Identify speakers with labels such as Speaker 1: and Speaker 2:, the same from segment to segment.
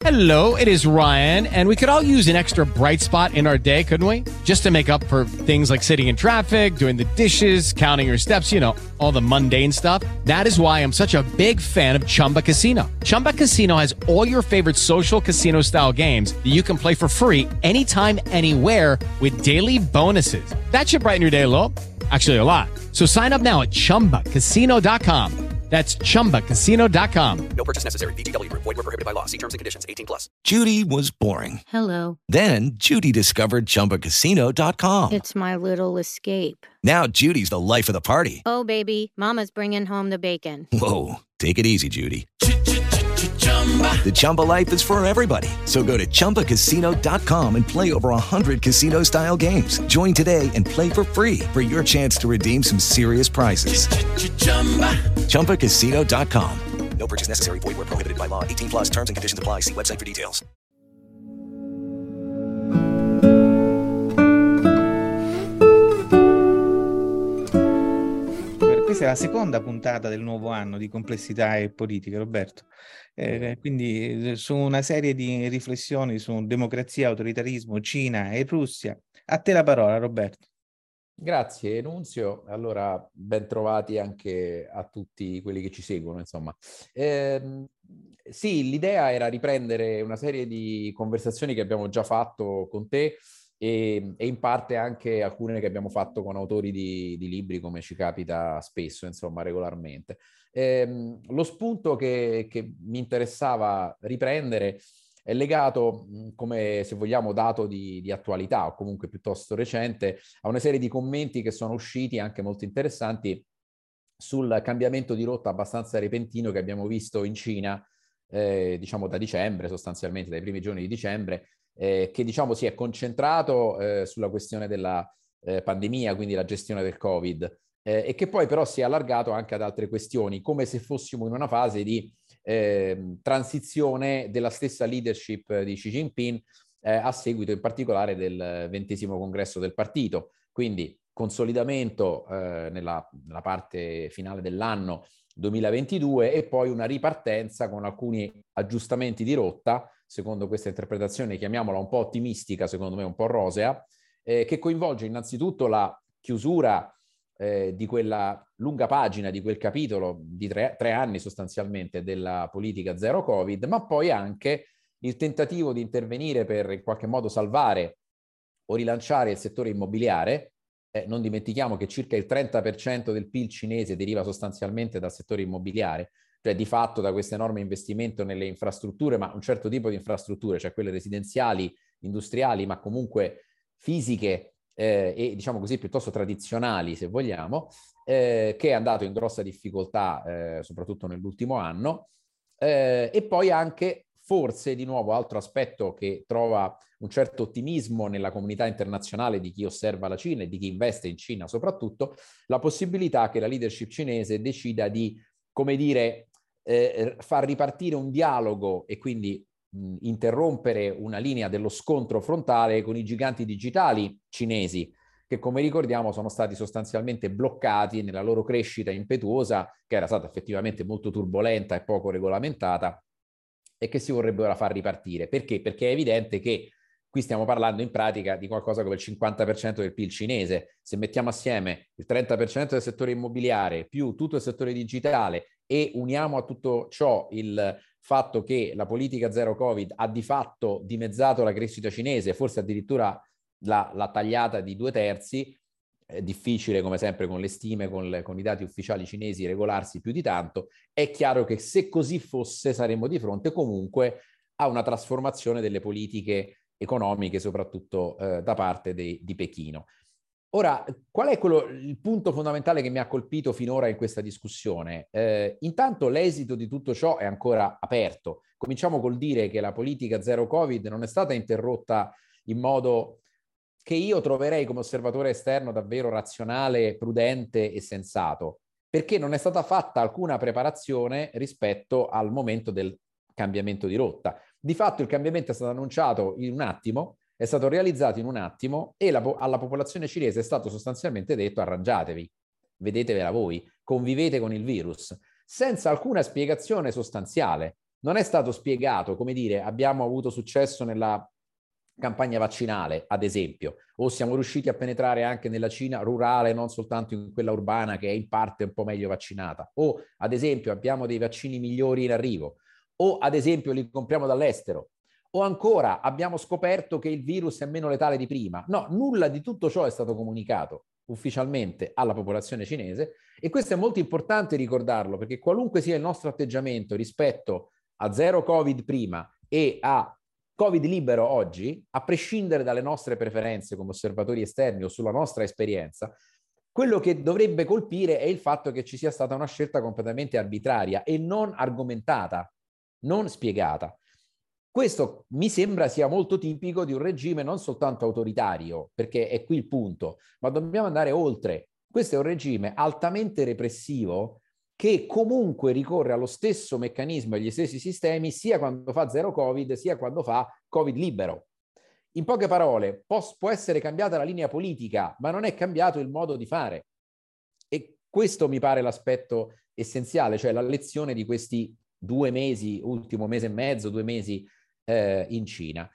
Speaker 1: Hello, it is Ryan, and we could all use an extra bright spot in our day, couldn't we? Just to make up for things like sitting in traffic, doing the dishes, counting your steps, you know, all the mundane stuff. That is why I'm such a big fan of Chumba Casino. Chumba Casino has all your favorite social casino-style games that you can play for free anytime, anywhere with daily bonuses. That should brighten your day a little. Actually, a lot. So sign up now at ChumbaCasino.com. That's ChumbaCasino.com.
Speaker 2: No purchase necessary. VGW Group. Void where prohibited by law. See terms and conditions. 18+.
Speaker 3: Judy was boring.
Speaker 4: Hello.
Speaker 3: Then Judy discovered ChumbaCasino.com.
Speaker 4: It's my little escape.
Speaker 3: Now Judy's the life of the party.
Speaker 4: Oh, baby, mama's bringing home the bacon.
Speaker 3: Whoa, take it easy, Judy. The Chumba life is for everybody. So go to ChumbaCasino.com and play over 100 casino-style games. Join today and play for free for your chance to redeem some serious prizes. ChumbaCasino.com.
Speaker 2: No purchase necessary. Void where prohibited by law. 18+. Terms and conditions apply. See website for details.
Speaker 5: Questa è la seconda puntata del nuovo anno di Complessità e Politica, Roberto. Quindi su una serie di riflessioni su democrazia, autoritarismo, Cina e Russia. A te la parola, Roberto.
Speaker 6: Grazie Nunzio, allora ben trovati anche a tutti quelli che ci seguono, insomma. Sì, l'idea era riprendere una serie di conversazioni che abbiamo già fatto con te e in parte anche alcune che abbiamo fatto con autori di libri, come ci capita spesso, insomma, regolarmente. Lo spunto che mi interessava riprendere è legato, come se vogliamo, dato di attualità o comunque piuttosto recente, a una serie di commenti che sono usciti anche molto interessanti sul cambiamento di rotta abbastanza repentino che abbiamo visto in Cina, diciamo da dicembre, sostanzialmente dai primi giorni di dicembre, che diciamo si è concentrato sulla questione della pandemia, quindi la gestione del Covid, e che poi però si è allargato anche ad altre questioni, come se fossimo in una fase di transizione della stessa leadership di Xi Jinping a seguito in particolare del 20° congresso del partito, quindi consolidamento nella parte finale dell'anno 2022 e poi una ripartenza con alcuni aggiustamenti di rotta, secondo questa interpretazione, chiamiamola un po' ottimistica, secondo me un po' rosea, che coinvolge innanzitutto la chiusura di quella lunga pagina, di quel capitolo di tre anni sostanzialmente della politica zero Covid, ma poi anche il tentativo di intervenire per in qualche modo salvare o rilanciare il settore immobiliare. Non dimentichiamo che circa il 30% del PIL cinese deriva sostanzialmente dal settore immobiliare, cioè di fatto da questo enorme investimento nelle infrastrutture, ma un certo tipo di infrastrutture, cioè quelle residenziali, industriali, ma comunque fisiche, e diciamo così piuttosto tradizionali se vogliamo, che è andato in grossa difficoltà soprattutto nell'ultimo anno, e poi anche forse di nuovo altro aspetto che trova un certo ottimismo nella comunità internazionale di chi osserva la Cina e di chi investe in Cina soprattutto, la possibilità che la leadership cinese decida di, come dire, far ripartire un dialogo e quindi interrompere una linea dello scontro frontale con i giganti digitali cinesi, che come ricordiamo sono stati sostanzialmente bloccati nella loro crescita impetuosa, che era stata effettivamente molto turbolenta e poco regolamentata, e che si vorrebbe ora far ripartire. Perché? Perché è evidente che qui stiamo parlando in pratica di qualcosa come il 50% del PIL cinese. Se mettiamo assieme il 30% del settore immobiliare più tutto il settore digitale e uniamo a tutto ciò il fatto che la politica zero Covid ha di fatto dimezzato la crescita cinese, forse addirittura l'ha tagliata di 2/3, è difficile come sempre con le stime, con i dati ufficiali cinesi regolarsi più di tanto, è chiaro che se così fosse saremmo di fronte comunque a una trasformazione delle politiche economiche, soprattutto da parte di Pechino. Ora, qual è il punto fondamentale che mi ha colpito finora in questa discussione? Intanto l'esito di tutto ciò è ancora aperto. Cominciamo col dire che la politica zero Covid non è stata interrotta in modo che io troverei come osservatore esterno davvero razionale, prudente e sensato, perché non è stata fatta alcuna preparazione rispetto al momento del cambiamento di rotta. Di fatto il cambiamento è stato annunciato in un attimo, è stato realizzato in un attimo e alla popolazione cinese è stato sostanzialmente detto: arrangiatevi, vedetevela voi, convivete con il virus, senza alcuna spiegazione sostanziale. non è stato spiegato, come dire, abbiamo avuto successo nella campagna vaccinale, ad esempio, o siamo riusciti a penetrare anche nella Cina rurale, non soltanto in quella urbana che è in parte un po' meglio vaccinata, o ad esempio abbiamo dei vaccini migliori in arrivo, o ad esempio li compriamo dall'estero, o ancora abbiamo scoperto che il virus è meno letale di prima. No, nulla di tutto ciò è stato comunicato ufficialmente alla popolazione cinese, e questo è molto importante ricordarlo, perché qualunque sia il nostro atteggiamento rispetto a zero Covid prima e a Covid libero oggi, a prescindere dalle nostre preferenze come osservatori esterni o sulla nostra esperienza, quello che dovrebbe colpire è il fatto che ci sia stata una scelta completamente arbitraria e non argomentata, non spiegata. Questo mi sembra sia molto tipico di un regime non soltanto autoritario, perché è qui il punto, ma dobbiamo andare oltre. Questo è un regime altamente repressivo che comunque ricorre allo stesso meccanismo e agli stessi sistemi sia quando fa zero Covid sia quando fa Covid libero. In poche parole, può essere cambiata la linea politica, ma non è cambiato il modo di fare. E questo mi pare l'aspetto essenziale, cioè la lezione di questi 2 mesi, ultimo mese e mezzo, 2 mesi in Cina.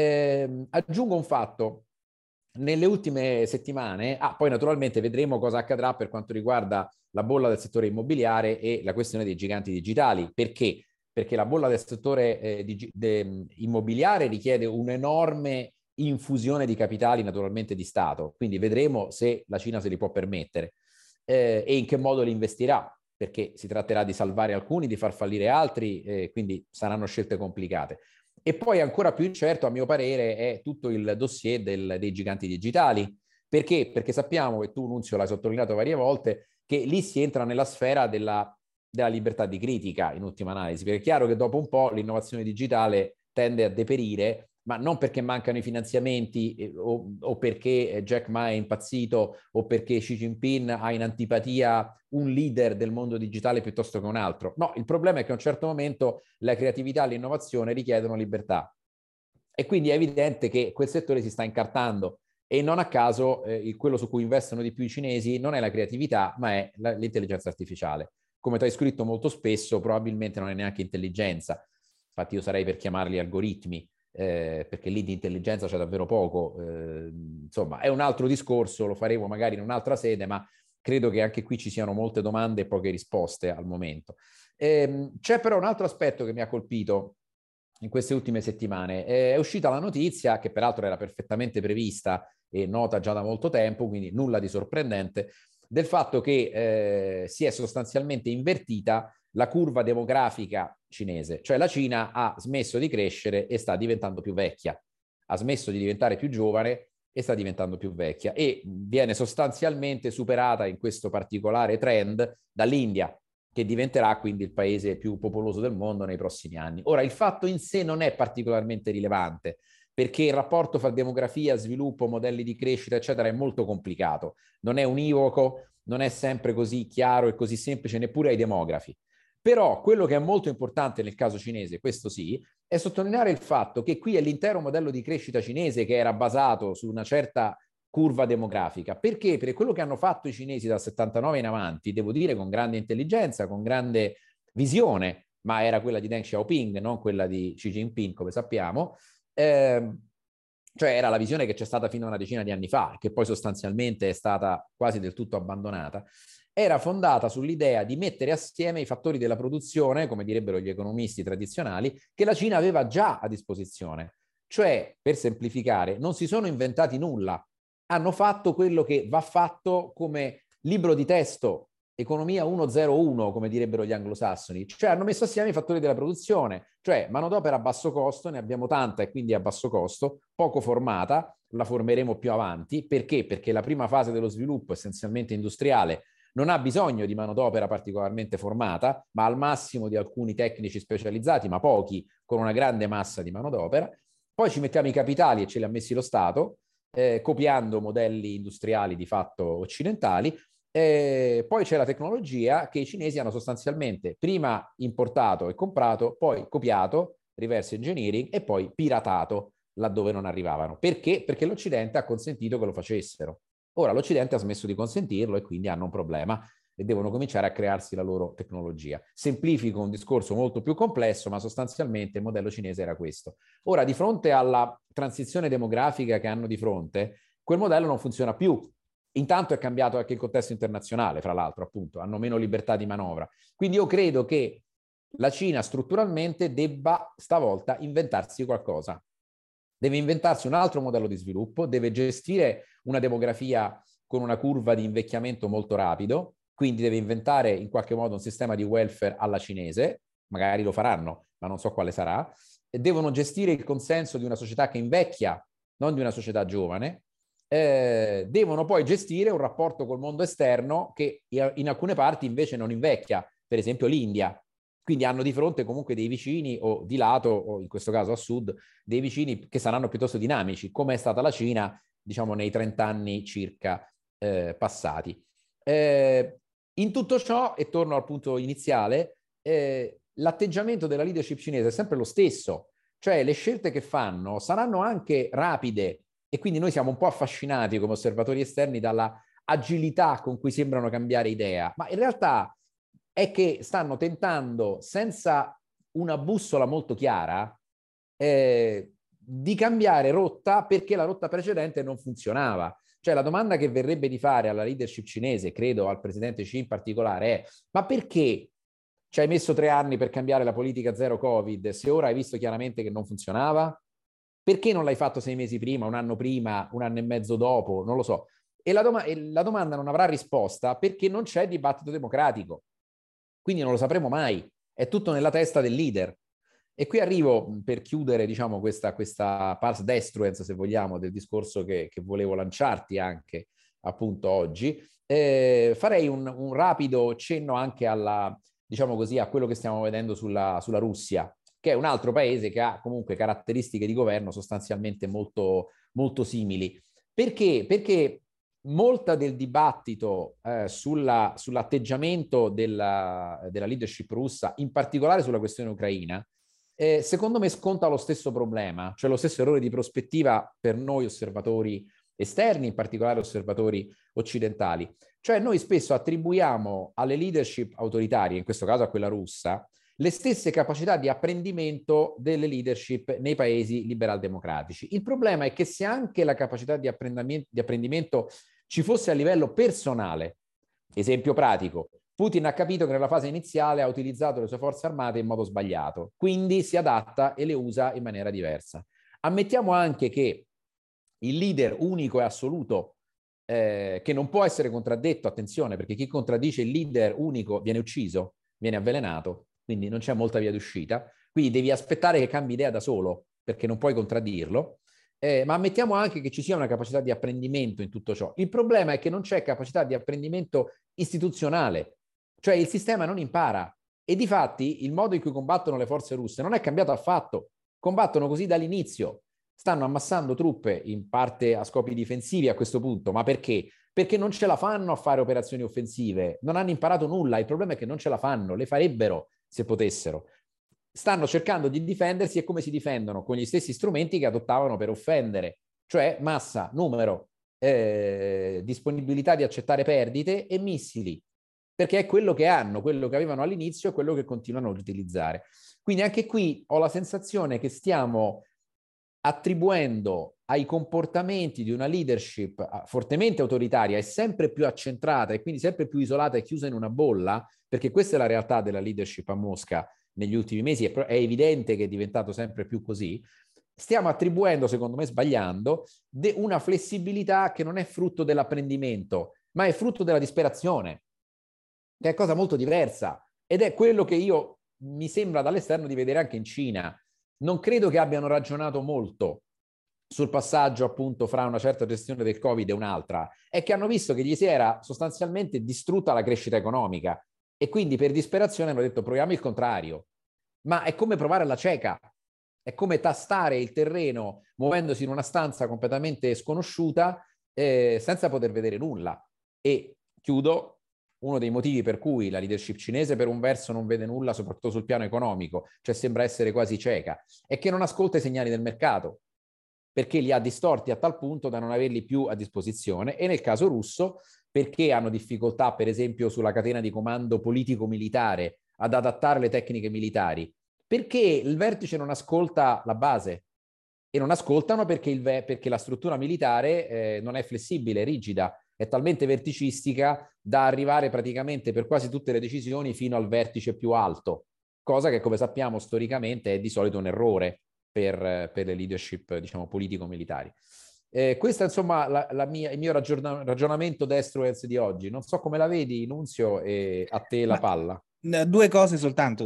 Speaker 6: Aggiungo un fatto. Nelle ultime settimane, poi naturalmente vedremo cosa accadrà per quanto riguarda la bolla del settore immobiliare e la questione dei giganti digitali. Perché? Perché la bolla del settore immobiliare richiede un'enorme infusione di capitali, naturalmente di Stato. Quindi vedremo se la Cina se li può permettere e in che modo li investirà, perché si tratterà di salvare alcuni, di far fallire altri, quindi saranno scelte complicate. E poi ancora più incerto, a mio parere, è tutto il dossier dei giganti digitali. Perché? Perché sappiamo, e tu Nunzio l'hai sottolineato varie volte, che lì si entra nella sfera della libertà di critica, in ultima analisi, perché è chiaro che dopo un po' l'innovazione digitale tende a deperire, ma non perché mancano i finanziamenti o perché Jack Ma è impazzito o perché Xi Jinping ha in antipatia un leader del mondo digitale piuttosto che un altro. No, il problema è che a un certo momento la creatività e l'innovazione richiedono libertà. E quindi è evidente che quel settore si sta incartando e non a caso quello su cui investono di più i cinesi non è la creatività, ma è l'intelligenza artificiale. Come tu hai scritto molto spesso, probabilmente non è neanche intelligenza. Infatti io sarei per chiamarli algoritmi, perché lì di intelligenza c'è davvero poco. Insomma, è un altro discorso, lo faremo magari in un'altra sede, ma credo che anche qui ci siano molte domande e poche risposte al momento. C'è però un altro aspetto che mi ha colpito in queste ultime settimane. È uscita la notizia, che peraltro era perfettamente prevista e nota già da molto tempo, quindi nulla di sorprendente, del fatto che si è sostanzialmente invertita la curva demografica cinese, cioè la Cina ha smesso di crescere e sta diventando più vecchia, ha smesso di diventare più giovane e sta diventando più vecchia e viene sostanzialmente superata in questo particolare trend dall'India, che diventerà quindi il paese più popoloso del mondo nei prossimi anni. Ora, il fatto in sé non è particolarmente rilevante, perché il rapporto fra demografia, sviluppo, modelli di crescita, eccetera, è molto complicato, non è univoco, non è sempre così chiaro e così semplice neppure ai demografi. Però quello che è molto importante nel caso cinese, questo sì, è sottolineare il fatto che qui è l'intero modello di crescita cinese che era basato su una certa curva demografica. Perché? Perché quello che hanno fatto i cinesi dal 79 in avanti, devo dire con grande intelligenza, con grande visione, ma era quella di Deng Xiaoping, non quella di Xi Jinping, come sappiamo, cioè era la visione che c'è stata fino a una decina di anni fa, che poi sostanzialmente è stata quasi del tutto abbandonata, era fondata sull'idea di mettere assieme i fattori della produzione, come direbbero gli economisti tradizionali, che la Cina aveva già a disposizione. Cioè, per semplificare, non si sono inventati nulla, hanno fatto quello che va fatto come libro di testo, economia 101, come direbbero gli anglosassoni, cioè hanno messo assieme i fattori della produzione, cioè manodopera a basso costo, ne abbiamo tanta e quindi a basso costo, poco formata, la formeremo più avanti. Perché? Perché la prima fase dello sviluppo, essenzialmente industriale, non ha bisogno di manodopera particolarmente formata, ma al massimo di alcuni tecnici specializzati, ma pochi, con una grande massa di manodopera. Poi ci mettiamo i capitali e ce li ha messi lo Stato, copiando modelli industriali di fatto occidentali. Poi c'è la tecnologia che i cinesi hanno sostanzialmente prima importato e comprato, poi copiato, reverse engineering, e poi piratato laddove non arrivavano. Perché? Perché l'Occidente ha consentito che lo facessero. Ora l'Occidente ha smesso di consentirlo e quindi hanno un problema e devono cominciare a crearsi la loro tecnologia. Semplifico un discorso molto più complesso, ma sostanzialmente il modello cinese era questo. Ora, di fronte alla transizione demografica che hanno di fronte, quel modello non funziona più. Intanto è cambiato anche il contesto internazionale, fra l'altro, appunto, hanno meno libertà di manovra. Quindi io credo che la Cina strutturalmente debba stavolta inventarsi qualcosa. Deve inventarsi un altro modello di sviluppo, deve gestire una demografia con una curva di invecchiamento molto rapido, quindi deve inventare in qualche modo un sistema di welfare alla cinese, magari lo faranno, ma non so quale sarà, e devono gestire il consenso di una società che invecchia, non di una società giovane, devono poi gestire un rapporto col mondo esterno che in alcune parti invece non invecchia, per esempio l'India. Quindi hanno di fronte comunque dei vicini o di lato, o in questo caso a sud, dei vicini che saranno piuttosto dinamici, come è stata la Cina, diciamo, nei 30 anni circa passati. In tutto ciò, e torno al punto iniziale, l'atteggiamento della leadership cinese è sempre lo stesso, cioè le scelte che fanno saranno anche rapide e quindi noi siamo un po' affascinati come osservatori esterni dalla agilità con cui sembrano cambiare idea, ma in realtà è che stanno tentando, senza una bussola molto chiara, di cambiare rotta perché la rotta precedente non funzionava. Cioè la domanda che verrebbe di fare alla leadership cinese, credo al presidente Xi in particolare, è: ma perché ci hai messo 3 anni per cambiare la politica zero Covid se ora hai visto chiaramente che non funzionava? Perché non l'hai fatto 6 mesi prima, 1 anno prima, 1 anno e mezzo dopo? Non lo so. E la domanda non avrà risposta perché non c'è dibattito democratico. Quindi non lo sapremo mai. È tutto nella testa del leader. E qui arrivo per chiudere, diciamo, questa pars destruens, se vogliamo, del discorso che volevo lanciarti anche appunto oggi. Farei un rapido cenno anche alla, diciamo così, a quello che stiamo vedendo sulla Russia, che è un altro paese che ha comunque caratteristiche di governo sostanzialmente molto, molto simili. Perché? Perché molta del dibattito sull'atteggiamento della leadership russa, in particolare sulla questione ucraina, secondo me sconta lo stesso problema, cioè lo stesso errore di prospettiva per noi osservatori esterni, in particolare osservatori occidentali. Cioè noi spesso attribuiamo alle leadership autoritarie, in questo caso a quella russa, le stesse capacità di apprendimento delle leadership nei paesi liberal-democratici. Il problema è che se anche la capacità di apprendimento ci fosse a livello personale, esempio pratico, Putin ha capito che nella fase iniziale ha utilizzato le sue forze armate in modo sbagliato, quindi si adatta e le usa in maniera diversa. Ammettiamo anche che il leader unico e assoluto, che non può essere contraddetto, attenzione, perché chi contraddice il leader unico viene ucciso, viene avvelenato, quindi non c'è molta via d'uscita, quindi devi aspettare che cambi idea da solo, perché non puoi contraddirlo, ma ammettiamo anche che ci sia una capacità di apprendimento in tutto ciò. Il problema è che non c'è capacità di apprendimento istituzionale, cioè il sistema non impara e difatti il modo in cui combattono le forze russe non è cambiato affatto, combattono così dall'inizio, stanno ammassando truppe in parte a scopi difensivi a questo punto, ma perché? Perché non ce la fanno a fare operazioni offensive, non hanno imparato nulla, il problema è che non ce la fanno, le farebbero se potessero. Stanno cercando di difendersi e come si difendono? Con gli stessi strumenti che adottavano per offendere, cioè massa, numero, disponibilità di accettare perdite e missili, perché è quello che hanno, quello che avevano all'inizio e quello che continuano ad utilizzare. Quindi anche qui ho la sensazione che stiamo attribuendo ai comportamenti di una leadership fortemente autoritaria e sempre più accentrata e quindi sempre più isolata e chiusa in una bolla, perché questa è la realtà della leadership a Mosca negli ultimi mesi, è evidente che è diventato sempre più così, stiamo attribuendo, secondo me sbagliando, una flessibilità che non è frutto dell'apprendimento, ma è frutto della disperazione, che è cosa molto diversa, ed è quello che io mi sembra dall'esterno di vedere anche in Cina. Non credo che abbiano ragionato molto sul passaggio appunto fra una certa gestione del Covid e un'altra, è che hanno visto che gli si era sostanzialmente distrutta la crescita economica e quindi per disperazione hanno detto proviamo il contrario, ma è come provare alla cieca, è come tastare il terreno muovendosi in una stanza completamente sconosciuta senza poter vedere nulla. E chiudo, uno dei motivi per cui la leadership cinese per un verso non vede nulla, soprattutto sul piano economico, cioè sembra essere quasi cieca, è che non ascolta i segnali del mercato, perché li ha distorti a tal punto da non averli più a disposizione, e nel caso russo perché hanno difficoltà, per esempio, sulla catena di comando politico-militare ad adattare le tecniche militari? Perché il vertice non ascolta la base, e non ascoltano perché la struttura militare non è flessibile, rigida, è talmente verticistica da arrivare praticamente per quasi tutte le decisioni fino al vertice più alto, cosa che, come sappiamo storicamente, è di solito un errore per le leadership, diciamo, politico-militari. Questo è insomma il mio ragionamento destro di oggi. Non so come la vedi, Nunzio, e a te la palla.
Speaker 5: Due cose soltanto,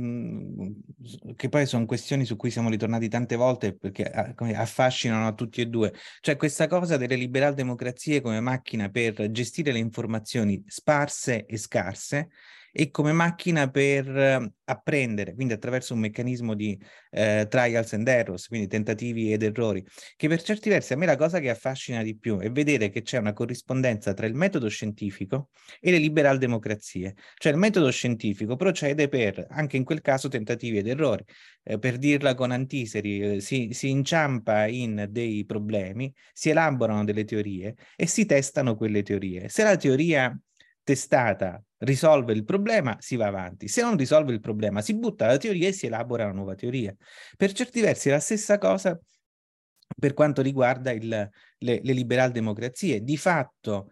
Speaker 5: che poi sono questioni su cui siamo ritornati tante volte perché affascinano a tutti e due. Cioè questa cosa delle liberal democrazie come macchina per gestire le informazioni sparse e scarse e come macchina per apprendere, quindi attraverso un meccanismo di trials and errors, quindi tentativi ed errori, che per certi versi a me la cosa che affascina di più è vedere che c'è una corrispondenza tra il metodo scientifico e le liberal democrazie. Cioè il metodo scientifico procede per, anche in quel caso, tentativi ed errori. Per dirla con Antiseri, si inciampa in dei problemi, si elaborano delle teorie e si testano quelle teorie. Se la teoria testata risolve il problema, si va avanti. Se non risolve il problema, si butta la teoria e si elabora una nuova teoria. Per certi versi è la stessa cosa per quanto riguarda le liberal democrazie. Di fatto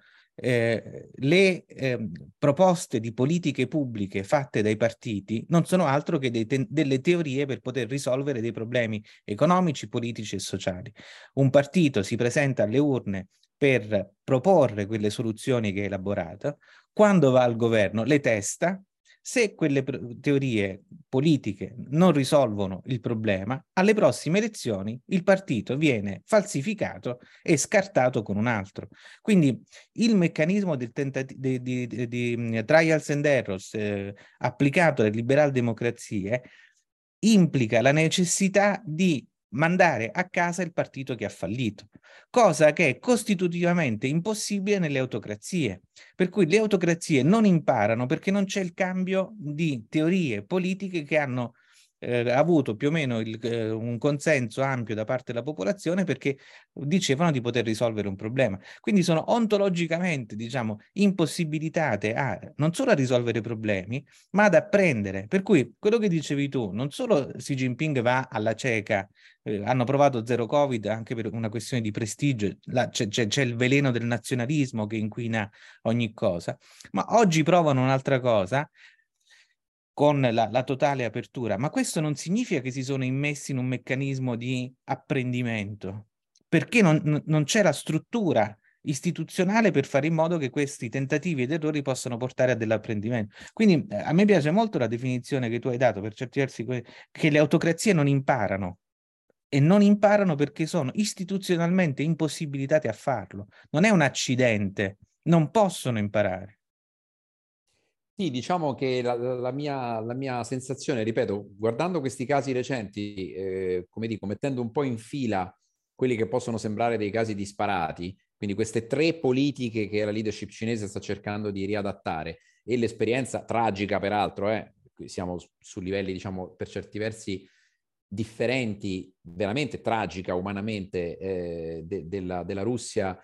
Speaker 5: le proposte di politiche pubbliche fatte dai partiti non sono altro che delle teorie per poter risolvere dei problemi economici, politici e sociali. Un partito si presenta alle urne per proporre quelle soluzioni che ha elaborato, quando va al governo le testa. Se quelle teorie politiche non risolvono il problema, alle prossime elezioni il partito viene falsificato e scartato con un altro. Quindi il meccanismo del di trials and errors applicato alle liberal democrazie implica la necessità di mandare a casa il partito che ha fallito, cosa che è costitutivamente impossibile nelle autocrazie, per cui le autocrazie non imparano perché non c'è il cambio di teorie politiche che hanno avuto più o meno un consenso ampio da parte della popolazione perché dicevano di poter risolvere un problema. Quindi sono ontologicamente, diciamo, impossibilitate non solo a risolvere problemi, ma ad apprendere. Per cui quello che dicevi tu, non solo Xi Jinping va alla cieca, hanno provato zero Covid anche per una questione di prestigio, c'è il veleno del nazionalismo che inquina ogni cosa, ma oggi provano un'altra cosa con la totale apertura, ma questo non significa che si sono immessi in un meccanismo di apprendimento, perché non c'è la struttura istituzionale per fare in modo che questi tentativi ed errori possano portare a dell'apprendimento. Quindi a me piace molto la definizione che tu hai dato, per certi versi, che le autocrazie non imparano, e non imparano perché sono istituzionalmente impossibilitate a farlo. Non è un accidente, non possono imparare.
Speaker 6: Sì, diciamo che la mia sensazione, ripeto, guardando questi casi recenti, come dico, mettendo un po' in fila quelli che possono sembrare dei casi disparati, quindi queste tre politiche che la leadership cinese sta cercando di riadattare e l'esperienza tragica, peraltro, siamo su livelli, diciamo, per certi versi differenti, veramente tragica umanamente, della Russia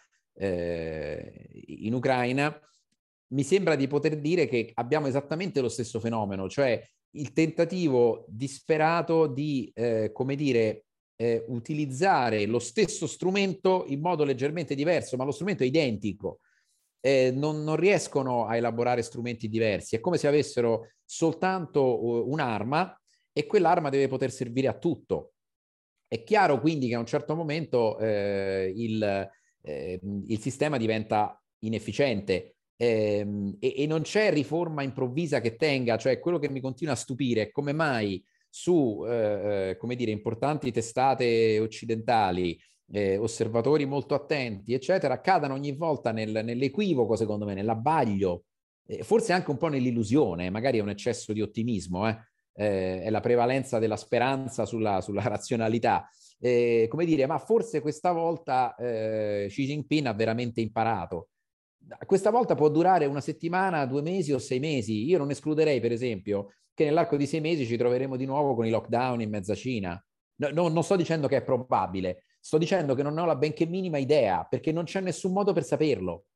Speaker 6: in Ucraina, mi sembra di poter dire che abbiamo esattamente lo stesso fenomeno, cioè il tentativo disperato di, come dire, utilizzare lo stesso strumento in modo leggermente diverso, ma lo strumento è identico. Non riescono a elaborare strumenti diversi, è come se avessero soltanto un'arma e quell'arma deve poter servire a tutto. È chiaro quindi che a un certo momento il sistema diventa inefficiente. E non c'è riforma improvvisa che tenga, cioè quello che mi continua a stupire è come mai su come dire, importanti testate occidentali, osservatori molto attenti, eccetera, cadano ogni volta nell'equivoco, secondo me, nell'abbaglio, forse anche un po' nell'illusione, magari è un eccesso di ottimismo, è la prevalenza della speranza sulla razionalità. Come dire, ma forse questa volta Xi Jinping ha veramente imparato. Questa volta può durare una settimana, 2 mesi o 6 mesi. Io non escluderei, per esempio, che nell'arco di 6 mesi ci troveremo di nuovo con i lockdown in mezza Cina. Non sto dicendo che è probabile, sto dicendo che non ho la benché minima idea, perché non c'è nessun modo per saperlo.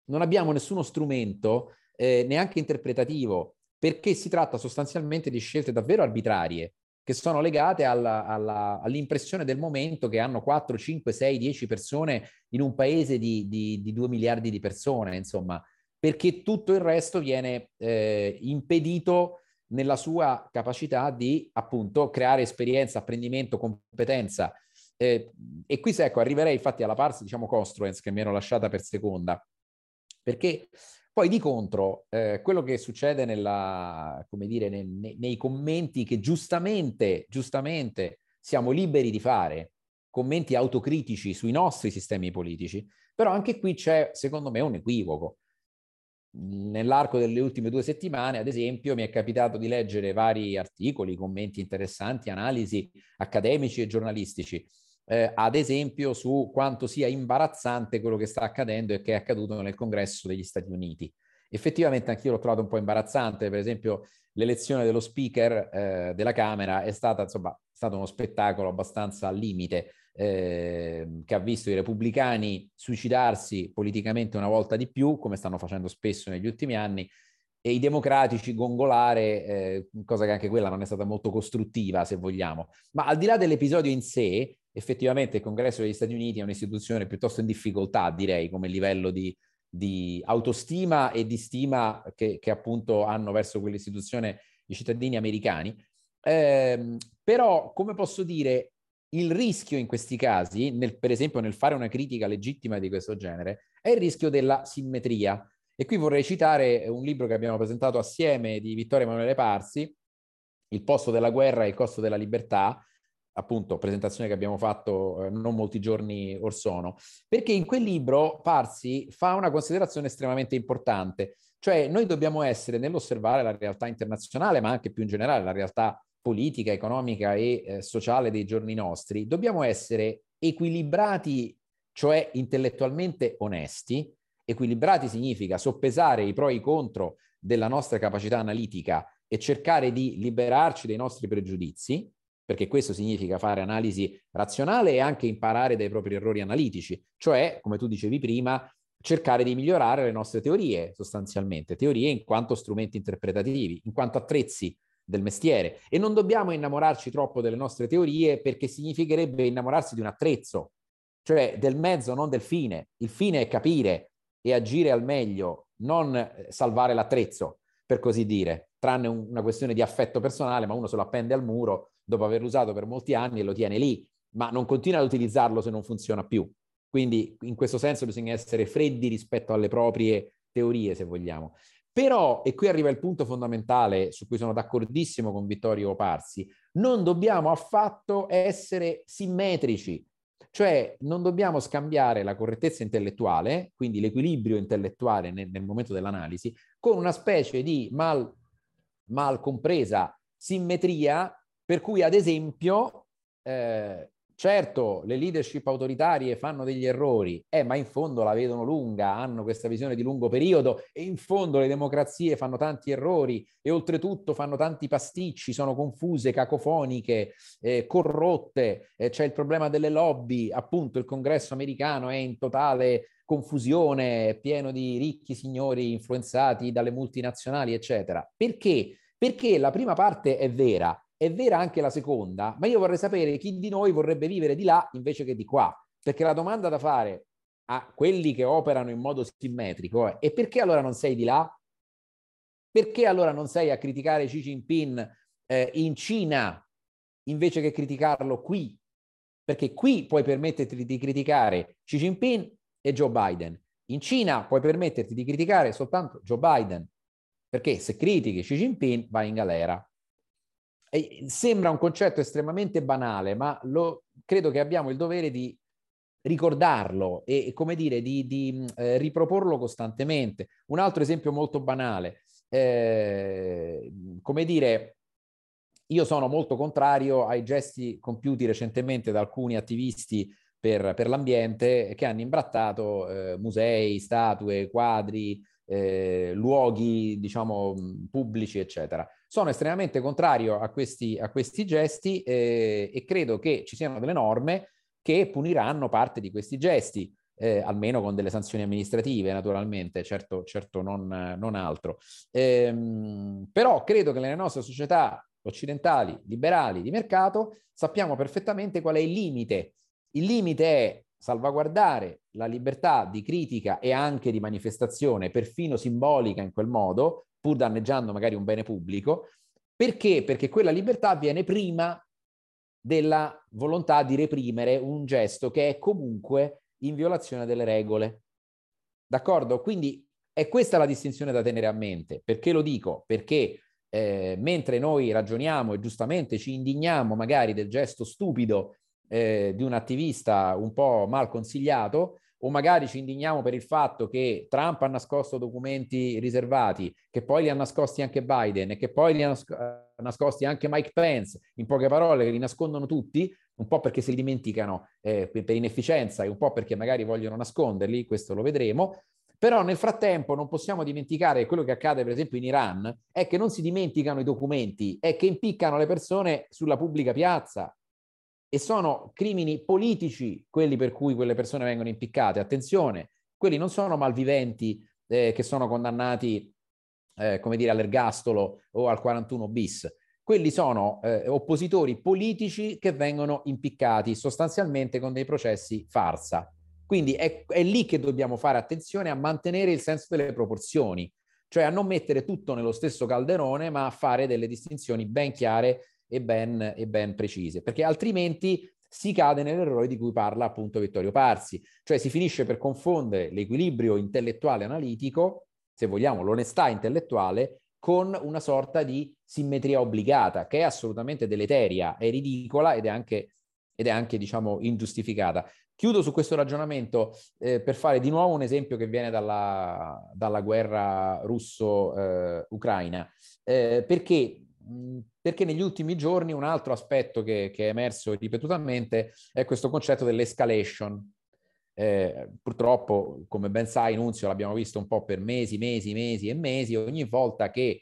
Speaker 6: non abbiamo nessuno strumento neanche interpretativo, perché si tratta sostanzialmente di scelte davvero arbitrarie, che sono legate all'impressione del momento che hanno 4, 5, 6, 10 persone in un paese di 2 miliardi di persone, insomma, perché tutto il resto viene impedito nella sua capacità di, appunto, creare esperienza, apprendimento, competenza. E qui, ecco, arriverei infatti alla parte, diciamo, construence, che mi ero lasciata per seconda, perché poi di contro, quello che succede come dire, nei commenti che giustamente siamo liberi di fare, commenti autocritici sui nostri sistemi politici, però anche qui c'è, secondo me, un equivoco. Nell'arco delle ultime 2 settimane, ad esempio, mi è capitato di leggere vari articoli, commenti interessanti, analisi accademici e giornalistici, ad esempio su quanto sia imbarazzante quello che sta accadendo e che è accaduto nel Congresso degli Stati Uniti. Effettivamente anch'io l'ho trovato un po' imbarazzante. Per esempio, l'elezione dello speaker della Camera è stata, insomma, stato uno spettacolo abbastanza al limite, che ha visto i repubblicani suicidarsi politicamente una volta di più, come stanno facendo spesso negli ultimi anni, e i democratici gongolare, cosa che anche quella non è stata molto costruttiva, se vogliamo. Ma al di là dell'episodio in sé, effettivamente il Congresso degli Stati Uniti è un'istituzione piuttosto in difficoltà, direi, come livello di autostima e di stima che appunto hanno verso quell'istituzione i cittadini americani. Però, come posso dire, il rischio in questi casi, per esempio nel fare una critica legittima di questo genere, è il rischio della simmetria. E qui vorrei citare un libro che abbiamo presentato assieme di Vittorio Emanuele Parsi, Il posto della guerra e il costo della libertà, appunto presentazione che abbiamo fatto non molti giorni or sono, perché in quel libro Parsi fa una considerazione estremamente importante, cioè noi dobbiamo essere, nell'osservare la realtà internazionale, ma anche più in generale la realtà politica, economica e sociale dei giorni nostri, dobbiamo essere equilibrati, cioè intellettualmente onesti. Equilibrati significa soppesare i pro e i contro della nostra capacità analitica e cercare di liberarci dei nostri pregiudizi, perché questo significa fare analisi razionale e anche imparare dai propri errori analitici, cioè, come tu dicevi prima, cercare di migliorare le nostre teorie, sostanzialmente, teorie in quanto strumenti interpretativi, in quanto attrezzi del mestiere. E non dobbiamo innamorarci troppo delle nostre teorie, perché significherebbe innamorarsi di un attrezzo, cioè del mezzo, non del fine. Il fine è capire e agire al meglio, non salvare l'attrezzo, per così dire, tranne una questione di affetto personale, ma uno se lo appende al muro dopo averlo usato per molti anni e lo tiene lì, ma non continua ad utilizzarlo se non funziona più. Quindi in questo senso bisogna essere freddi rispetto alle proprie teorie, se vogliamo. Però, e qui arriva il punto fondamentale su cui sono d'accordissimo con Vittorio Parsi, non dobbiamo affatto essere simmetrici. Cioè non dobbiamo scambiare la correttezza intellettuale, quindi l'equilibrio intellettuale nel momento dell'analisi, con una specie di mal compresa simmetria, per cui ad esempio certo le leadership autoritarie fanno degli errori, ma in fondo la vedono lunga, hanno questa visione di lungo periodo, e in fondo le democrazie fanno tanti errori e oltretutto fanno tanti pasticci, sono confuse, cacofoniche, corrotte, c'è il problema delle lobby, appunto il Congresso americano è in totale confusione, è pieno di ricchi signori influenzati dalle multinazionali, eccetera. Perché? Perché la prima parte è vera anche la seconda, ma io vorrei sapere chi di noi vorrebbe vivere di là invece che di qua, perché la domanda da fare a quelli che operano in modo simmetrico è: e perché allora non sei di là? Perché allora non sei a criticare Xi Jinping in Cina invece che criticarlo qui? Perché qui puoi permetterti di criticare Xi Jinping e Joe Biden, in Cina puoi permetterti di criticare soltanto Joe Biden, perché se critichi Xi Jinping vai in galera. E sembra un concetto estremamente banale, ma credo che abbiamo il dovere di ricordarlo e come dire, di riproporlo costantemente. Un altro esempio molto banale, come dire, io sono molto contrario ai gesti compiuti recentemente da alcuni attivisti per l'ambiente che hanno imbrattato musei, statue, quadri, luoghi, diciamo, pubblici, eccetera. Sono estremamente contrario a questi gesti e credo che ci siano delle norme che puniranno parte di questi gesti. almeno con delle sanzioni amministrative, naturalmente, certo non altro. Però credo che nelle nostre società occidentali, liberali, di mercato, sappiamo perfettamente qual è il limite. Il limite è salvaguardare la libertà di critica e anche di manifestazione, perfino simbolica in quel modo, pur danneggiando magari un bene pubblico. Perché? Perché quella libertà viene prima della volontà di reprimere un gesto che è comunque in violazione delle regole. D'accordo? Quindi è questa la distinzione da tenere a mente. Perché lo dico? Perché mentre noi ragioniamo e giustamente ci indigniamo magari del gesto stupido di un attivista un po' mal consigliato, o magari ci indigniamo per il fatto che Trump ha nascosto documenti riservati, che poi li ha nascosti anche Biden e che poi li ha nascosti anche Mike Pence, in poche parole che li nascondono tutti, un po' perché se li dimenticano per inefficienza e un po' perché magari vogliono nasconderli, questo lo vedremo. Però nel frattempo non possiamo dimenticare quello che accade per esempio in Iran, è che non si dimenticano i documenti, è che impiccano le persone sulla pubblica piazza. E sono crimini politici quelli per cui quelle persone vengono impiccate. Attenzione, quelli non sono malviventi che sono condannati come dire all'ergastolo o al 41 bis. Quelli sono oppositori politici che vengono impiccati sostanzialmente con dei processi farsa. Quindi è lì che dobbiamo fare attenzione a mantenere il senso delle proporzioni, cioè a non mettere tutto nello stesso calderone, ma a fare delle distinzioni ben chiare e ben precise, perché altrimenti si cade nell'errore di cui parla appunto Vittorio Parsi, cioè si finisce per confondere l'equilibrio intellettuale analitico, se vogliamo l'onestà intellettuale, con una sorta di simmetria obbligata che è assolutamente deleteria, è ridicola ed è anche diciamo ingiustificata. Chiudo su questo ragionamento per fare di nuovo un esempio che viene dalla guerra russo-ucraina, perché negli ultimi giorni un altro aspetto che è emerso ripetutamente è questo concetto dell'escalation. Purtroppo, come ben sai, Nunzio, l'abbiamo visto un po' per mesi e mesi, ogni volta che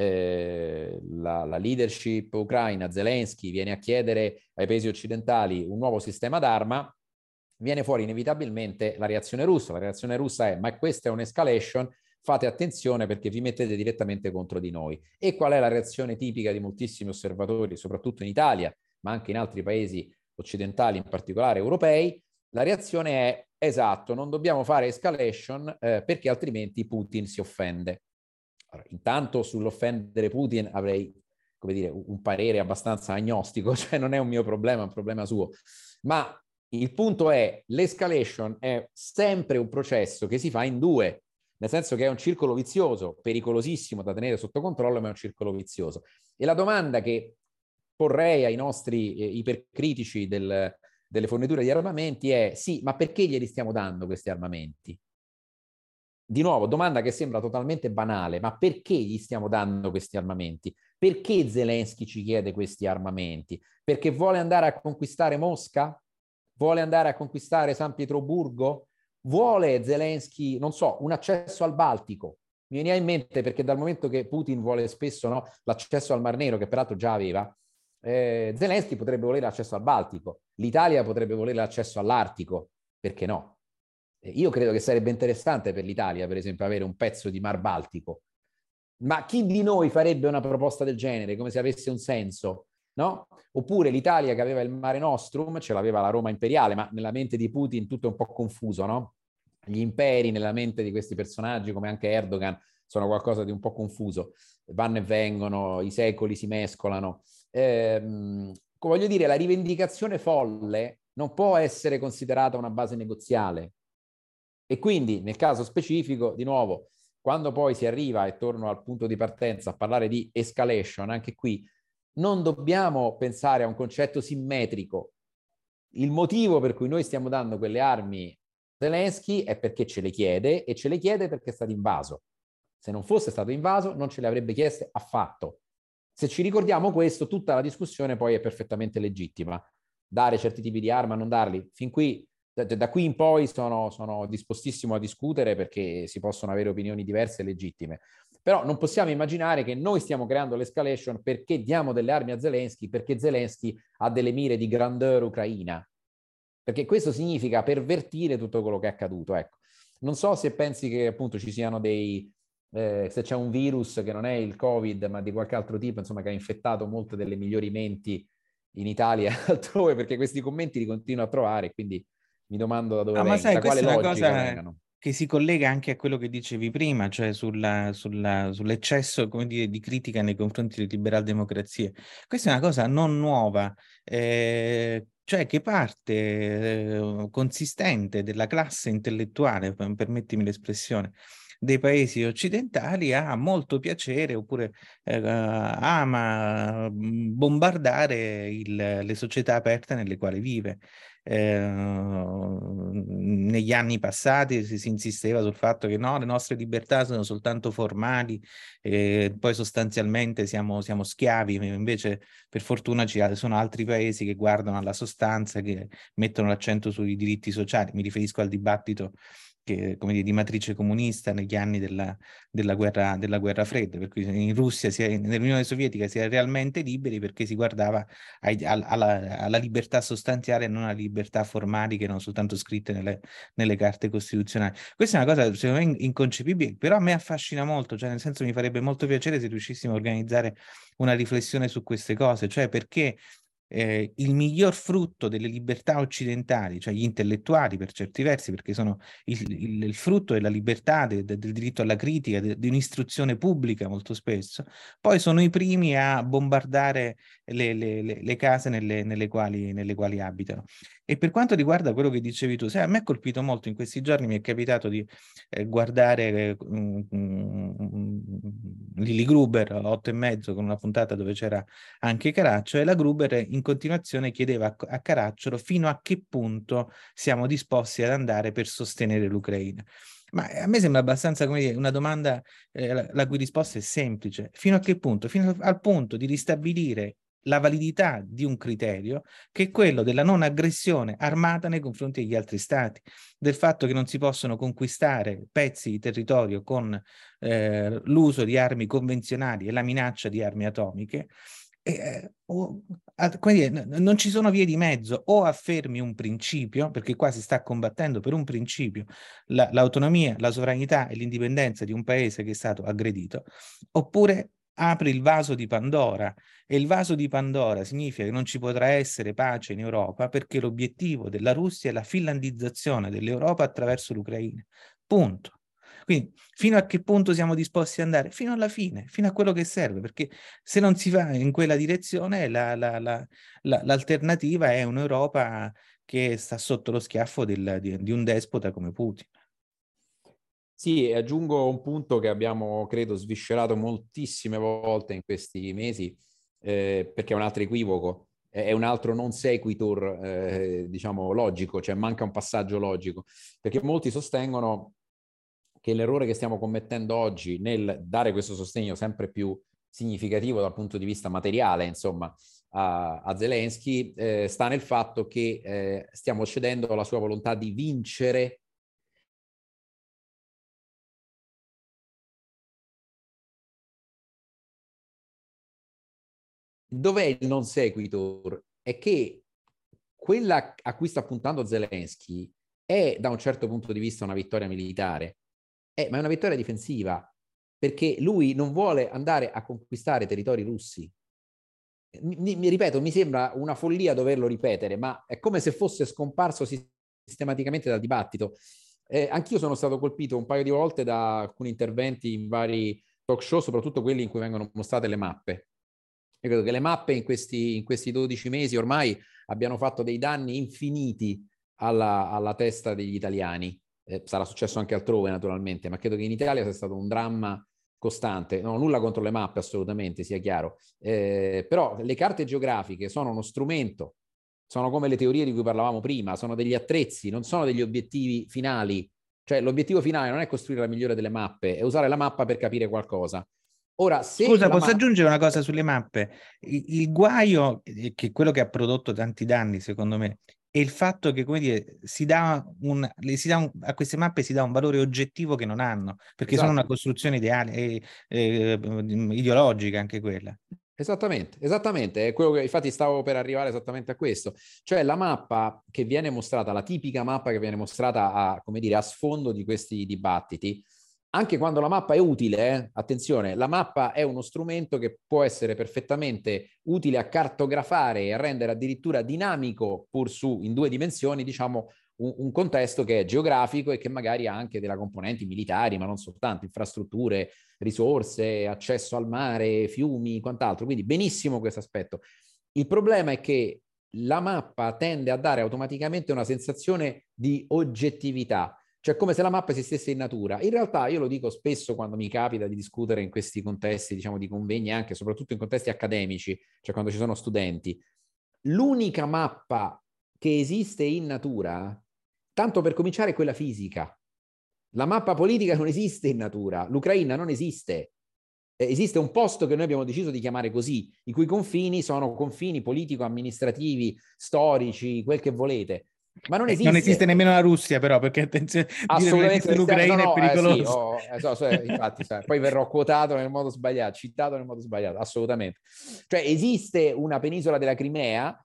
Speaker 6: la leadership ucraina, Zelensky, viene a chiedere ai paesi occidentali un nuovo sistema d'arma, viene fuori inevitabilmente la reazione russa. La reazione russa è: ma questa è un'escalation, fate attenzione perché vi mettete direttamente contro di noi. E qual è la reazione tipica di moltissimi osservatori, soprattutto in Italia, ma anche in altri paesi occidentali, in particolare europei? La reazione è: esatto, non dobbiamo fare escalation perché altrimenti Putin si offende. Allora, intanto sull'offendere Putin avrei, come dire, un parere abbastanza agnostico, cioè non è un mio problema, è un problema suo. Ma il punto è: l'escalation è sempre un processo che si fa in due, nel senso che è un circolo vizioso, pericolosissimo da tenere sotto controllo, ma è un circolo vizioso. E la domanda che porrei ai nostri ipercritici delle forniture di armamenti è: sì, ma perché glieli stiamo dando questi armamenti? Di nuovo, domanda che sembra totalmente banale, ma perché gli stiamo dando questi armamenti? Perché Zelensky ci chiede questi armamenti? Perché vuole andare a conquistare Mosca? Vuole andare a conquistare San Pietroburgo? Vuole Zelensky, non so, un accesso al Baltico? Mi veniva in mente perché dal momento che Putin vuole spesso l'accesso al Mar Nero, che peraltro già aveva, Zelensky potrebbe volere l'accesso al Baltico, l'Italia potrebbe volere l'accesso all'Artico, perché no? Io credo che sarebbe interessante per l'Italia, per esempio, avere un pezzo di Mar Baltico. Ma chi di noi farebbe una proposta del genere, come se avesse un senso, no? Oppure l'Italia che aveva il Mare Nostrum, ce l'aveva la Roma imperiale, ma nella mente di Putin tutto è un po' confuso, no? Gli imperi nella mente di questi personaggi, come anche Erdogan, sono qualcosa di un po' confuso. Vanno e vengono, i secoli si mescolano. Voglio dire, la rivendicazione folle non può essere considerata una base negoziale. E quindi, nel caso specifico, di nuovo, quando poi si arriva, e torno al punto di partenza, a parlare di escalation, anche qui non dobbiamo pensare a un concetto simmetrico. Il motivo per cui noi stiamo dando quelle armi a Zelensky è perché ce le chiede, e ce le chiede perché è stato invaso. Se non fosse stato invaso, non ce le avrebbe chieste affatto. Se ci ricordiamo questo, tutta la discussione poi è perfettamente legittima. Dare certi tipi di arma, non darli. Fin qui, da qui in poi sono dispostissimo a discutere perché si possono avere opinioni diverse e legittime. Però non possiamo immaginare che noi stiamo creando l'escalation perché diamo delle armi a Zelensky, perché Zelensky ha delle mire di grandeur ucraina. perché questo significa pervertire tutto quello che è accaduto. Ecco. Non so se pensi che appunto ci siano se c'è un virus che non è il Covid, ma di qualche altro tipo, insomma, che ha infettato molte delle migliori menti in Italia e altrove, perché questi commenti li continuo a trovare, quindi mi domando da dove
Speaker 5: ma sai,
Speaker 6: da quale
Speaker 5: questa è una
Speaker 6: logica
Speaker 5: cosa
Speaker 6: vengano.
Speaker 5: che si collega anche a quello che dicevi prima, cioè sull'eccesso, come dire, di critica nei confronti delle liberal-democrazie. Questa è una cosa non nuova, cioè che parte consistente della classe intellettuale, permettimi l'espressione, dei paesi occidentali ha molto piacere oppure ama bombardare le società aperte nelle quali vive. Negli anni passati si insisteva sul fatto che no, le nostre libertà sono soltanto formali, poi sostanzialmente siamo schiavi, invece per fortuna ci sono altri paesi che guardano alla sostanza, che mettono l'accento sui diritti sociali. Mi riferisco al dibattito che, come dire, di matrice comunista negli anni della guerra fredda, per cui in Russia, nell'Unione Sovietica si era realmente liberi perché si guardava alla libertà sostanziale e non alla libertà formali che erano soltanto scritte nelle carte costituzionali. Questa è una cosa secondo me inconcepibile, però a me affascina molto, cioè nel senso mi farebbe molto piacere se riuscissimo a organizzare una riflessione su queste cose, cioè perché il miglior frutto delle libertà occidentali, cioè gli intellettuali per certi versi, perché sono il frutto della libertà, del diritto alla critica, di un'istruzione pubblica molto spesso, poi sono i primi a bombardare le case nelle quali abitano. E per quanto riguarda quello che dicevi tu, sai, a me ha colpito molto in questi giorni, mi è capitato di guardare Lily Gruber 8 e mezzo, con una puntata dove c'era anche Caracciolo, e la Gruber in continuazione chiedeva a Caracciolo fino a che punto siamo disposti ad andare per sostenere l'Ucraina. Ma a me sembra abbastanza, come dire, una domanda la cui risposta è semplice. Fino a che punto? Fino al punto di ristabilire la validità di un criterio che è quello della non aggressione armata nei confronti degli altri stati, del fatto che non si possono conquistare pezzi di territorio con l'uso di armi convenzionali e la minaccia di armi atomiche. Non ci sono vie di mezzo: o affermi un principio, perché qua si sta combattendo per un principio, l'autonomia, la sovranità e l'indipendenza di un paese che è stato aggredito, oppure apri il vaso di Pandora, e il vaso di Pandora significa che non ci potrà essere pace in Europa, perché l'obiettivo della Russia è la finlandizzazione dell'Europa attraverso l'Ucraina. Punto. Quindi fino a che punto siamo disposti ad andare? Fino alla fine, fino a quello che serve, perché se non si va in quella direzione l'alternativa è un'Europa che sta sotto lo schiaffo di un despota come Putin.
Speaker 6: Sì, aggiungo un punto che abbiamo, credo, sviscerato moltissime volte in questi mesi, perché è un altro equivoco, è un altro non sequitur, diciamo, logico, cioè manca un passaggio logico, perché molti sostengono che l'errore che stiamo commettendo oggi nel dare questo sostegno sempre più significativo dal punto di vista materiale, insomma, a Zelensky, sta nel fatto che stiamo cedendo alla sua volontà di vincere . Dov'è il non sequitur? È che quella a cui sta puntando Zelensky è, da un certo punto di vista, una vittoria militare, ma è una vittoria difensiva, perché lui non vuole andare a conquistare territori russi. Mi ripeto, mi sembra una follia doverlo ripetere, ma è come se fosse scomparso sistematicamente dal dibattito. Anch'io sono stato colpito un paio di volte da alcuni interventi in vari talk show, soprattutto quelli in cui vengono mostrate le mappe. Io credo che le mappe in questi 12 mesi ormai abbiano fatto dei danni infiniti alla testa degli italiani. Sarà successo anche altrove, naturalmente, ma credo che in Italia sia stato un dramma costante. Non ho nulla contro le mappe, assolutamente, sia chiaro. Però le carte geografiche sono uno strumento, sono come le teorie di cui parlavamo prima, sono degli attrezzi, non sono degli obiettivi finali. Cioè l'obiettivo finale non è costruire la migliore delle mappe, è usare la mappa per capire qualcosa. Ora,
Speaker 5: scusa, posso aggiungere una cosa sulle mappe? Il guaio, che è quello che ha prodotto tanti danni, secondo me, è il fatto che, come dire, a queste mappe si dà un valore oggettivo che non hanno, perché sono una costruzione ideale, ideologica anche quella.
Speaker 6: Esattamente, è quello che infatti stavo per arrivare esattamente a questo, cioè la mappa che viene mostrata, la tipica mappa che viene mostrata a, come dire, a sfondo di questi dibattiti, anche quando la mappa è utile, attenzione, la mappa è uno strumento che può essere perfettamente utile a cartografare e a rendere addirittura dinamico, pur in 2 dimensioni, diciamo, un contesto che è geografico e che magari ha anche delle componenti militari, ma non soltanto, infrastrutture, risorse, accesso al mare, fiumi, quant'altro. Quindi benissimo questo aspetto. Il problema è che la mappa tende a dare automaticamente una sensazione di oggettività, cioè come se la mappa esistesse in natura. In realtà io lo dico spesso quando mi capita di discutere in questi contesti, diciamo, di convegni, anche soprattutto in contesti accademici, cioè quando ci sono studenti. L'unica mappa che esiste in natura, tanto per cominciare, è quella fisica. La mappa politica non esiste in natura, l'Ucraina non esiste. Esiste un posto che noi abbiamo deciso di chiamare così, i cui confini sono confini politico-amministrativi, storici, quel che volete. Ma non esiste.
Speaker 5: Non esiste nemmeno la Russia, però, perché attenzione, dire non esiste l'Ucraina è pericoloso.
Speaker 6: Infatti, poi verrò quotato nel modo sbagliato, citato nel modo sbagliato, assolutamente. Cioè esiste una penisola della Crimea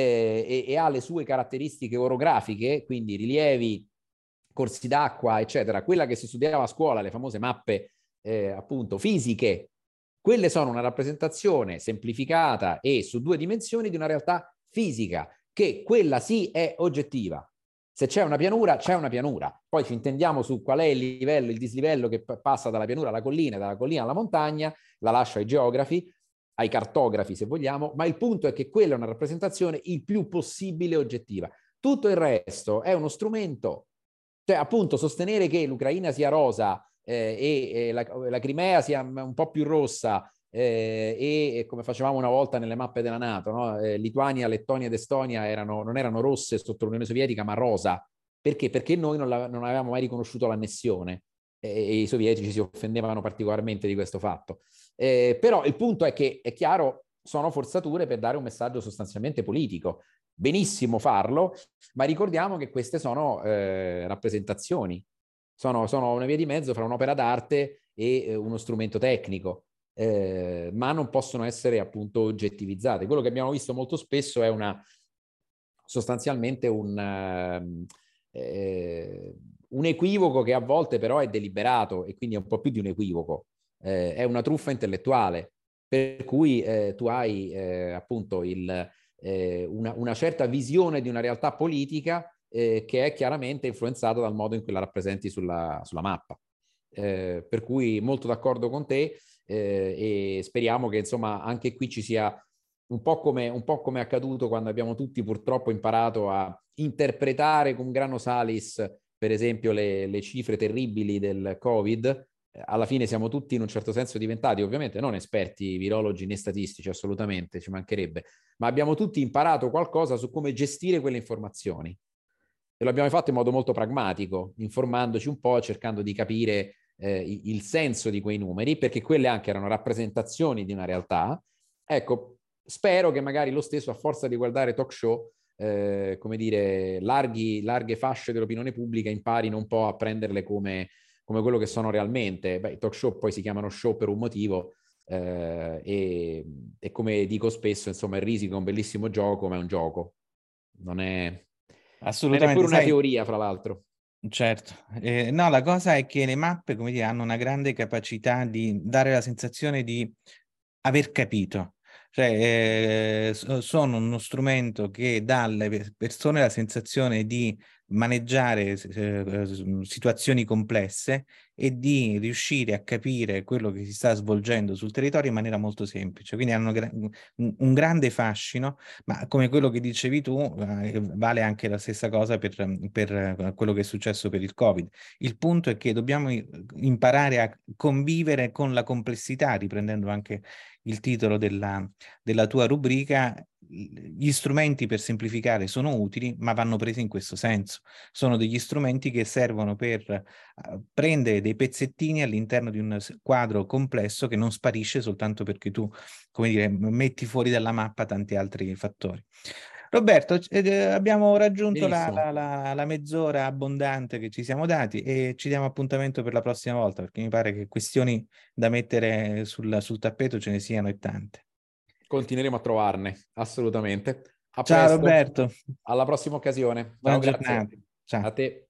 Speaker 6: e ha le sue caratteristiche orografiche, quindi rilievi, corsi d'acqua, eccetera. Quella che si studiava a scuola, le famose mappe appunto fisiche, quelle sono una rappresentazione semplificata e su 2 dimensioni di una realtà fisica, che quella sì è oggettiva. Se c'è una pianura, c'è una pianura. Poi ci intendiamo su qual è il livello, il dislivello che passa dalla pianura alla collina, dalla collina alla montagna, la lascio ai geografi, ai cartografi se vogliamo, ma il punto è che quella è una rappresentazione il più possibile oggettiva. Tutto il resto è uno strumento, cioè appunto sostenere che l'Ucraina sia rosa e la Crimea sia un po' più rossa e come facevamo una volta nelle mappe della NATO, no? Lituania, Lettonia ed Estonia non erano rosse sotto l'Unione Sovietica, ma rosa. Perché? Perché noi non avevamo mai riconosciuto l'annessione e i sovietici si offendevano particolarmente di questo fatto. Però il punto è che, è chiaro, sono forzature per dare un messaggio sostanzialmente politico. Benissimo farlo, ma ricordiamo che queste sono rappresentazioni, sono una via di mezzo fra un'opera d'arte e uno strumento tecnico. Ma non possono essere appunto oggettivizzate. Quello che abbiamo visto molto spesso è sostanzialmente un equivoco che a volte però è deliberato e quindi è un po' più di un equivoco, è una truffa intellettuale, per cui tu hai appunto una certa visione di una realtà politica che è chiaramente influenzata dal modo in cui la rappresenti sulla mappa. Per cui molto d'accordo con te. E speriamo che insomma anche qui ci sia un po' come è accaduto quando abbiamo tutti purtroppo imparato a interpretare cum grano salis, per esempio, le cifre terribili del Covid. Alla fine siamo tutti in un certo senso diventati, ovviamente non esperti virologi né statistici, assolutamente, ci mancherebbe, ma abbiamo tutti imparato qualcosa su come gestire quelle informazioni. E lo abbiamo fatto in modo molto pragmatico, informandoci un po', cercando di capire il senso di quei numeri, perché quelle anche erano rappresentazioni di una realtà. Ecco, spero che magari lo stesso, a forza di guardare talk show, come dire, larghe fasce dell'opinione pubblica imparino un po' a prenderle come quello che sono realmente. Beh, i talk show poi si chiamano show per un motivo, e come dico spesso, insomma, il Risico è un bellissimo gioco, ma è un gioco. Non è
Speaker 5: Assolutamente,
Speaker 6: pure una teoria, fra l'altro.
Speaker 5: Certo, no, la cosa è che le mappe, come dire, hanno una grande capacità di dare la sensazione di aver capito, cioè sono uno strumento che dà alle persone la sensazione di maneggiare situazioni complesse e di riuscire a capire quello che si sta svolgendo sul territorio in maniera molto semplice. Quindi hanno un grande fascino, ma come quello che dicevi tu, vale anche la stessa cosa per quello che è successo per il Covid. Il punto è che dobbiamo imparare a convivere con la complessità, riprendendo anche il titolo della tua rubrica. Gli strumenti per semplificare sono utili, ma vanno presi in questo senso. Sono degli strumenti che servono per prendere dei pezzettini all'interno di un quadro complesso che non sparisce soltanto perché tu, come dire, metti fuori dalla mappa tanti altri fattori. Roberto, abbiamo raggiunto la mezz'ora abbondante che ci siamo dati e ci diamo appuntamento per la prossima volta, perché mi pare che questioni da mettere sul tappeto ce ne siano e tante.
Speaker 6: continueremo a trovarne, assolutamente. A
Speaker 5: Ciao
Speaker 6: presto,
Speaker 5: Roberto,
Speaker 6: alla prossima occasione.
Speaker 5: buona
Speaker 6: Ciao, grazie.
Speaker 5: giornata. Ciao.
Speaker 6: A te.